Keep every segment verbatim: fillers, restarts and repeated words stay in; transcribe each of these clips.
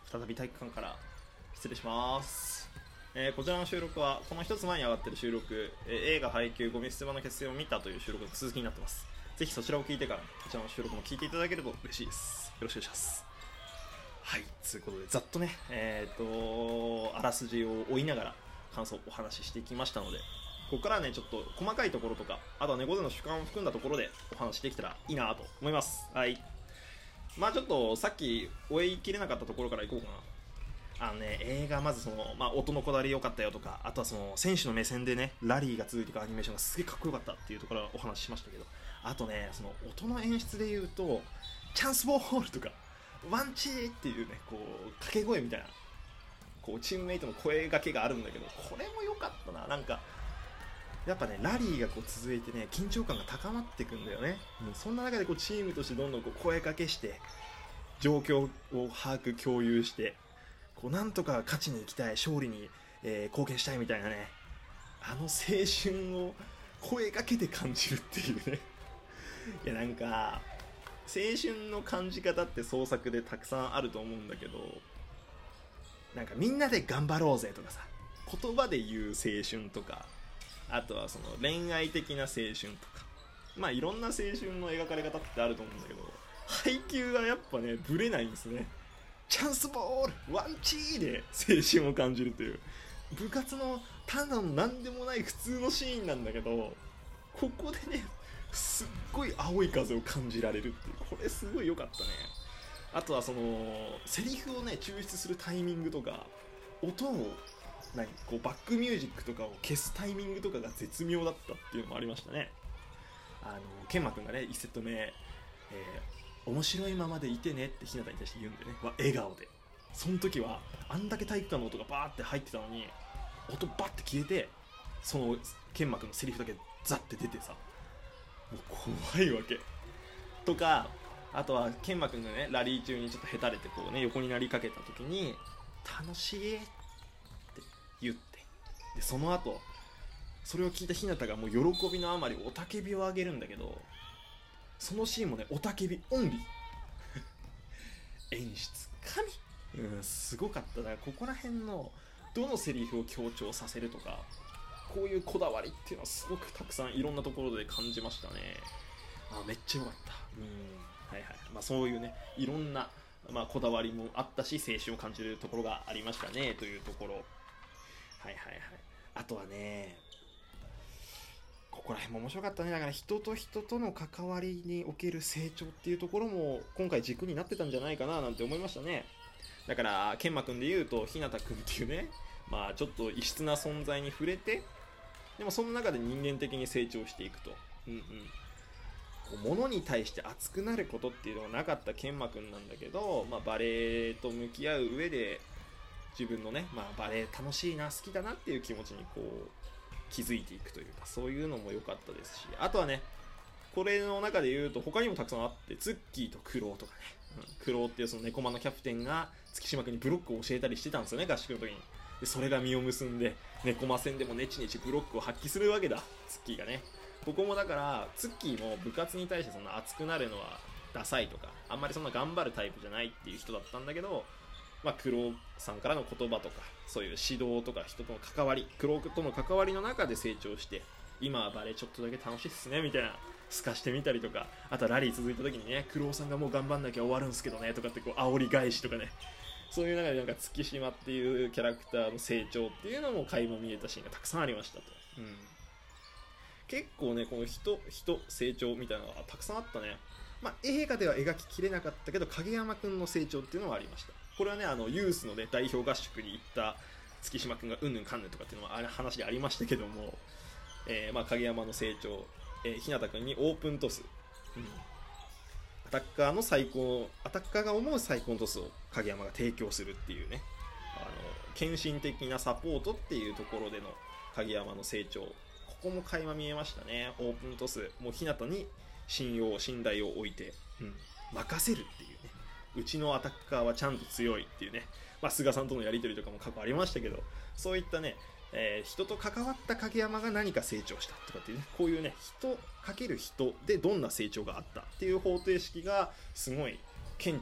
再び体育館から失礼します、えー、こちらの収録はこの一つ前に上がっている収録、えー、映画配給ゴミ捨て場の決戦を見たという収録の続きになってます。ぜひそちらを聞いてからこちらの収録も聞いていただけると嬉しいです。よろしくお願いします。はい、ということでざっとね、えー、とあらすじを追いながら感想をお話ししていきましたので、ここからはねちょっと細かいところとか、あとは猫背の主観を含んだところでお話しできたらいいなと思います。はい、まあちょっとさっき追い切れなかったところからいこうかな。あのね、映画まずその、まあ、音のこだわり良かったよとか、あとはその選手の目線でねラリーが続いていくアニメーションがすげえかっこよかったっていうところはお話ししましたけど、あとねその音の演出で言うとチャンスボールとかワンチーっていうねこう掛け声みたいな、こうチームメイトの声掛けがあるんだけど、これも良かったな。なんかやっぱねラリーがこう続いてね緊張感が高まっていくんだよね、うん、そんな中でこうチームとしてどんどんこう声掛けして状況を把握共有してこうなんとか勝ちに行きたい、勝利に、えー、貢献したいみたいなね、あの青春を声かけて感じるっていうねいやなんか青春の感じ方って創作でたくさんあると思うんだけど、なんかみんなで頑張ろうぜとかさ、言葉で言う青春とか、あとはその恋愛的な青春とか、まあいろんな青春の描かれ方ってあると思うんだけど、配球がやっぱねブレないんですね。チャンスボールワンチーで青春を感じるという、部活のただの何でもない普通のシーンなんだけど、ここでねすっごい青い風を感じられるっていう、これすごい良かったね。あとはそのセリフをね抽出するタイミングとか、音を何こうバックミュージックとかを消すタイミングとかが絶妙だったっていうのもありましたね。あのケンマくんがねいちセット目、えー面白いままでいてねって日向に対して言うんでね、まあ、笑顔で、その時はあんだけ体育館の音がバーって入ってたのに音バッて消えて、そのケンマくんのセリフだけザッて出てさ、もう怖いわけとか、あとはケンマくんがねラリー中にちょっとへたれてこうね横になりかけた時に楽しいって言って、でその後それを聞いた日向がもう喜びのあまり雄たけびを上げるんだけど、そのシーンもね雄たけびオンリー演出神、うん、すごかった。だからここら辺のどのセリフを強調させるとか、こういうこだわりっていうのはすごくたくさんいろんなところで感じましたね。あめっちゃ良かった。うん、はいはい、まあ、そういうねいろんな、まあ、こだわりもあったし青春を感じるところがありましたねというところ。はいはいはい。あとはねここら辺も面白かったね。だから人と人との関わりにおける成長っていうところも今回軸になってたんじゃないかななんて思いましたね。だからケンマくんで言うと日向くんっていうね、まあちょっと異質な存在に触れて、でもその中で人間的に成長していくと、うんうん、こう物に対して熱くなることっていうのがなかったケンマくんなんだけど、まあ、バレエと向き合う上で自分のね、まあ、バレエ楽しいな好きだなっていう気持ちにこう気づいていくというか、そういうのも良かったですし、あとはねこれの中で言うと他にもたくさんあって、ツッキーとクロウとかね、うん、クロウっていうその猫マのキャプテンが月島君にブロックを教えたりしてたんですよね、合宿の時に。でそれが実を結んで猫マ戦でもネチネチブロックを発揮するわけだ、ツッキーがね。ここもだからツッキーも部活に対してそんな熱くなるのはダサいとか、あんまりそんな頑張るタイプじゃないっていう人だったんだけど、まあ、クロウさんからの言葉とかそういう指導とか人との関わり、クロウとの関わりの中で成長して、今はバレーちょっとだけ楽しいっすねみたいな透かしてみたりとか、あとはラリー続いた時にねクロウさんがもう頑張んなきゃ終わるんすけどねとかってこう煽り返しとかね、そういう中でなんか月島っていうキャラクターの成長っていうのも垣間見えたシーンがたくさんありましたと、うん、結構ねこの人人成長みたいなのがたくさんあったね。まあ、映画では描ききれなかったけど影山くんの成長っていうのはありました。これはねあのユースの、ね、代表合宿に行った月島くんがうんぬんかんぬんとかっていうのも話でありましたけども、えー、まあ影山の成長、えー、日向くんにオープントス、うん、アタッカーの最高アタッカーが思う最高のトスを影山が提供するっていうね、あの献身的なサポートっていうところでの影山の成長、ここも垣間見えましたね。オープントスもう日向に信用信頼を置いて、うん、任せるっていうね、うちのアタッカーはちゃんと強いっていうね、まあ、菅さんとのやり取りとかも過去ありましたけど、そういったね、えー、人と関わった影山が何か成長したとかっていうね、こういうね人かける人でどんな成長があったっていう方程式がすごい顕著に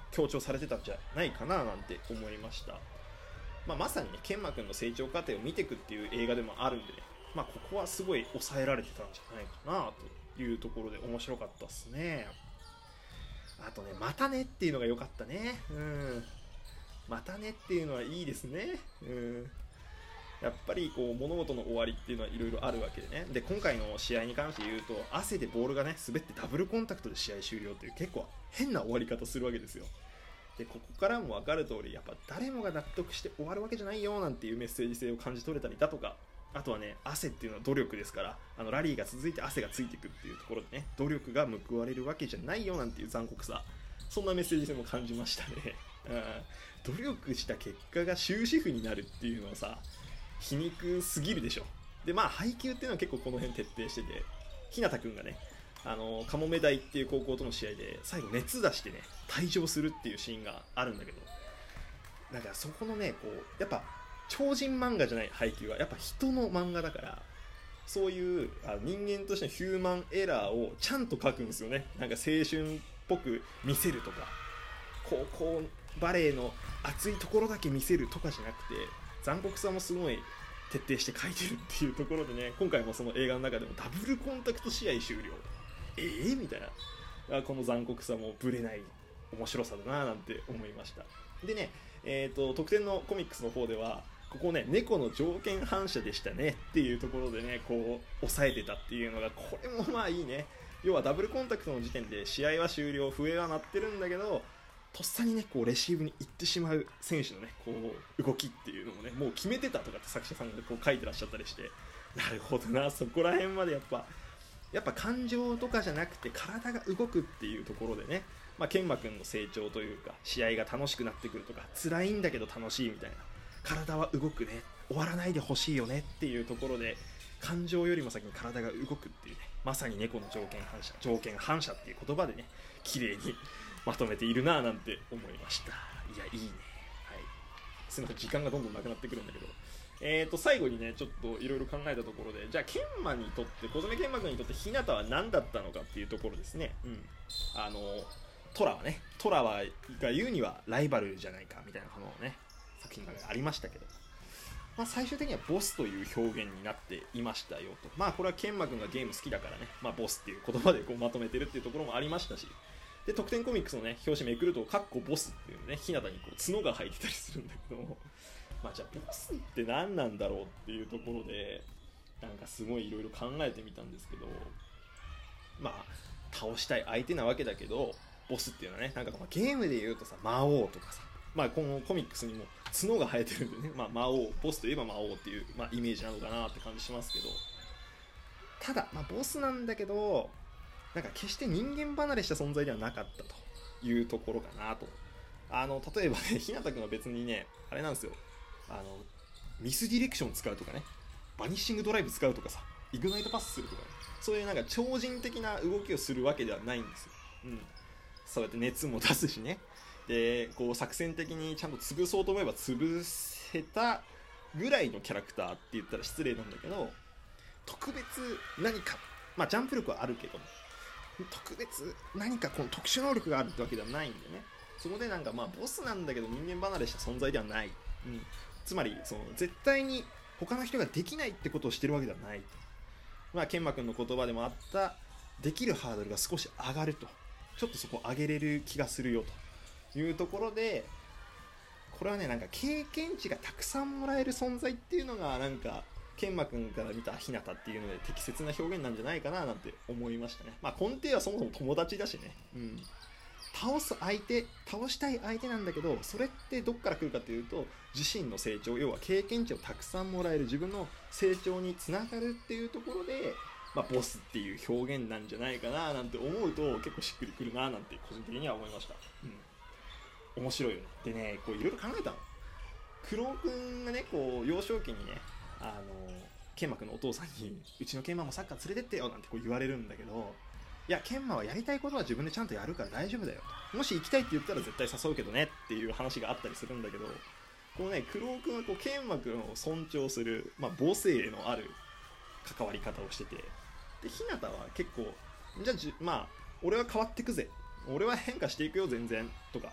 強調されてたんじゃないかななんて思いました。まあ、まさにねケンマくんの成長過程を見ていくっていう映画でもあるんでね、まあ、ここはすごい抑えられてたんじゃないかなというところで面白かったですね。あとね、またねっていうのが良かったね。うん。またねっていうのはいいですね。うん。やっぱりこう物事の終わりっていうのはいろいろあるわけでね。で、今回の試合に関して言うと、汗でボールがね、滑ってダブルコンタクトで試合終了っていう結構変な終わり方するわけですよ。で、ここからも分かる通り、やっぱ誰もが納得して終わるわけじゃないよなんていうメッセージ性を感じ取れたりだとか、あとはね、汗っていうのは努力ですから、あのラリーが続いて汗がついていくっていうところでね、努力が報われるわけじゃないよなんていう残酷さ、そんなメッセージ性も感じましたね。うん、努力した結果が終止符になるっていうのはさ、皮肉すぎるでしょ。で、まあ配球っていうのは結構この辺徹底してて、日向くんがね、あのカモメ大っていう高校との試合で最後熱出してね退場するっていうシーンがあるんだけど、なんかそこのね、こうやっぱ超人漫画じゃない配球はやっぱ人の漫画だから、そういうあ人間としてのヒューマンエラーをちゃんと書くんですよね。なんか青春っぽく見せるとか、高校バレーの熱いところだけ見せるとかじゃなくて、残酷さもすごい徹底して書いてるっていうところでね、今回もその映画の中でもダブルコンタクト試合終了、えーみたいな、この残酷さもぶれない面白さだななんて思いました。でね、えーと特典のコミックスの方ではここね、猫の条件反射でしたねっていうところでね、こう抑えてたっていうのが、これもまあいいね。要はダブルコンタクトの時点で試合は終了、笛は鳴ってるんだけど、とっさにねこうレシーブに行ってしまう選手のねこう動きっていうのもねもう決めてたとかって作者さんがこう書いてらっしゃったりして、なるほどな、そこら辺までやっぱやっぱ感情とかじゃなくて体が動くっていうところでね、まあ、ケンマくんの成長というか試合が楽しくなってくるとか、辛いんだけど楽しいみたいな、体は動くね、終わらないでほしいよねっていうところで、感情よりも先に体が動くっていうね、まさに猫の条件反射条件反射っていう言葉でね綺麗にまとめているなぁなんて思いました。いや、いいね。はい。すみません、時間がどんどんなくなってくるんだけど、えーと最後にねちょっといろいろ考えたところで、じゃあケンマにとって小爪ケンマ君にとって日向は何だったのかっていうところですね。うん。あのトラはね、トラはが言うにはライバルじゃないかみたいなこのね作品がありましたけど、まあ、最終的にはボスという表現になっていましたよと。まあこれはケンマ君がゲーム好きだからね、まあ、ボスっていう言葉でこうまとめてるっていうところもありましたし、で特典コミックスのね表紙めくるとカッコボスっていうね、日向にこう角が生えてたりするんだけども、まあじゃあボスって何なんだろうっていうところで、なんかすごいいろいろ考えてみたんですけど、まあ倒したい相手なわけだけど、ボスっていうのはね、なんかまあゲームで言うとさ魔王とかさ、まあこのコミックスにも角が生えてるんでね、まあ魔王、ボスといえば魔王っていう、まあ、イメージなのかなって感じしますけど、ただまあボスなんだけど、なんか決して人間離れした存在ではなかったというところかなと。あの例えばね、日向君は別にねあれなんですよ、あのミスディレクション使うとかね、バニッシングドライブ使うとかさ、イグナイトパスするとかね、そういうなんか超人的な動きをするわけではないんですよ。うん、そうやって熱も出すしね、でこう作戦的にちゃんと潰そうと思えば潰せたぐらいのキャラクターって言ったら失礼なんだけど、特別何か、まあジャンプ力はあるけども特別何かこの特殊能力があるってわけではないんでね、そこでなんかまあボスなんだけど人間離れした存在ではない、うん、つまりその絶対に他の人ができないってことをしてるわけではないと。まあケンマ君の言葉でもあったできるハードルが少し上がると、ちょっとそこ上げれる気がするよというところで、これはねなんか経験値がたくさんもらえる存在っていうのがなんかケンマ君から見た日向っていうので適切な表現なんじゃないかななんて思いましたね。まあ根底はそもそも友達だしね、うん、倒す相手、倒したい相手なんだけど、それってどっから来るかというと自身の成長、要は経験値をたくさんもらえる自分の成長につながるっていうところで、まあ、ボスっていう表現なんじゃないかななんて思うと結構しっくりくるななんて個人的には思いました。うん、面白いよね。でね、こういろいろ考えたの。クロウ君がねこう幼少期にね、あのケンマ君のお父さんにうちのケンマもサッカー連れてってよなんてこう言われるんだけど、いやケンマはやりたいことは自分でちゃんとやるから大丈夫だよ、もし行きたいって言ったら絶対誘うけどねっていう話があったりするんだけど、このねクロウ君はこうケンマ君を尊重する、まあ、母性のある関わり方をしてて、で日向は結構じゃあじまあ俺は変わってくぜ、俺は変化していくよ全然とか、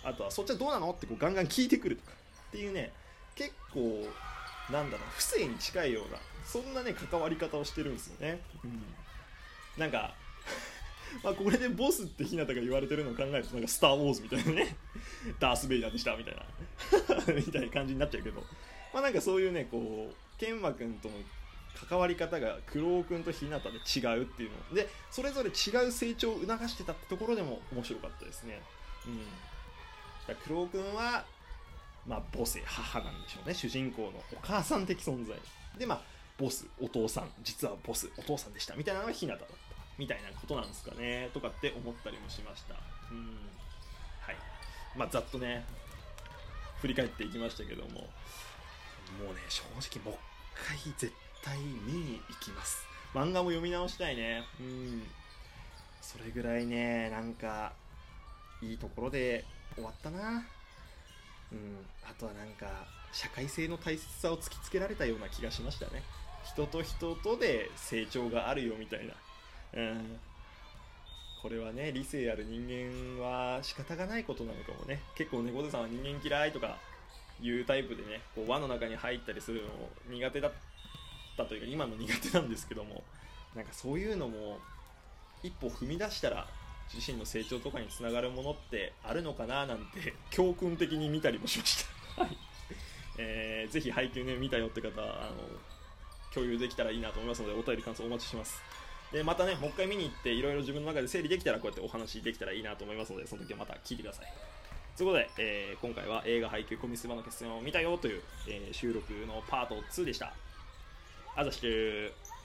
あとはそっちはどうなのってこうガンガン聞いてくるとかっていうね、結構なんだろう、不正に近いようなそんなね関わり方をしてるんですよね、うん、なんかまあこれでボスって日向が言われてるのを考えるとなんかスター・ウォーズみたいなねダース・ベイダーでしたみたいなみたいな感じになっちゃうけど、まあなんかそういうねこう剣馬くんとの関わり方が九郎くんと日向で違うっていうので、それぞれ違う成長を促してたってところでも面白かったですね。うん、だ九郎くんはまあ母性母なんでしょうね、主人公のお母さん的存在で、まあボスお父さん、実はボスお父さんでしたみたいなのが日向だったみたいなことなんですかねとかって思ったりもしました。うん、はい、まあざっとね振り返っていきましたけども、もうね正直もう一回絶対見に行きます。漫画も読み直したいね。うん、それぐらいねなんかいいところで終わったな。うん、あとはなんか社会性の大切さを突きつけられたような気がしましたね。人と人とで成長があるよみたいな、うん、これはね理性ある人間は仕方がないことなのかもね。結構猫背さんは人間嫌いとかいうタイプでね、こう輪の中に入ったりするの苦手だったというか今の苦手なんですけども、なんかそういうのも一歩踏み出したら自身の成長とかにつながるものってあるのかななんて教訓的に見たりもしましたはい、えー、ぜひ配給ね見たよって方あの共有できたらいいなと思いますのでお便り感想お待ちしてます。でまたねもう一回見に行っていろいろ自分の中で整理できたらこうやってお話できたらいいなと思いますので、その時はまた聞いてください。ということで、えー、今回は映画配給コミスバの決戦を見たよという、えー、収録のパートツーでした。あざしくー。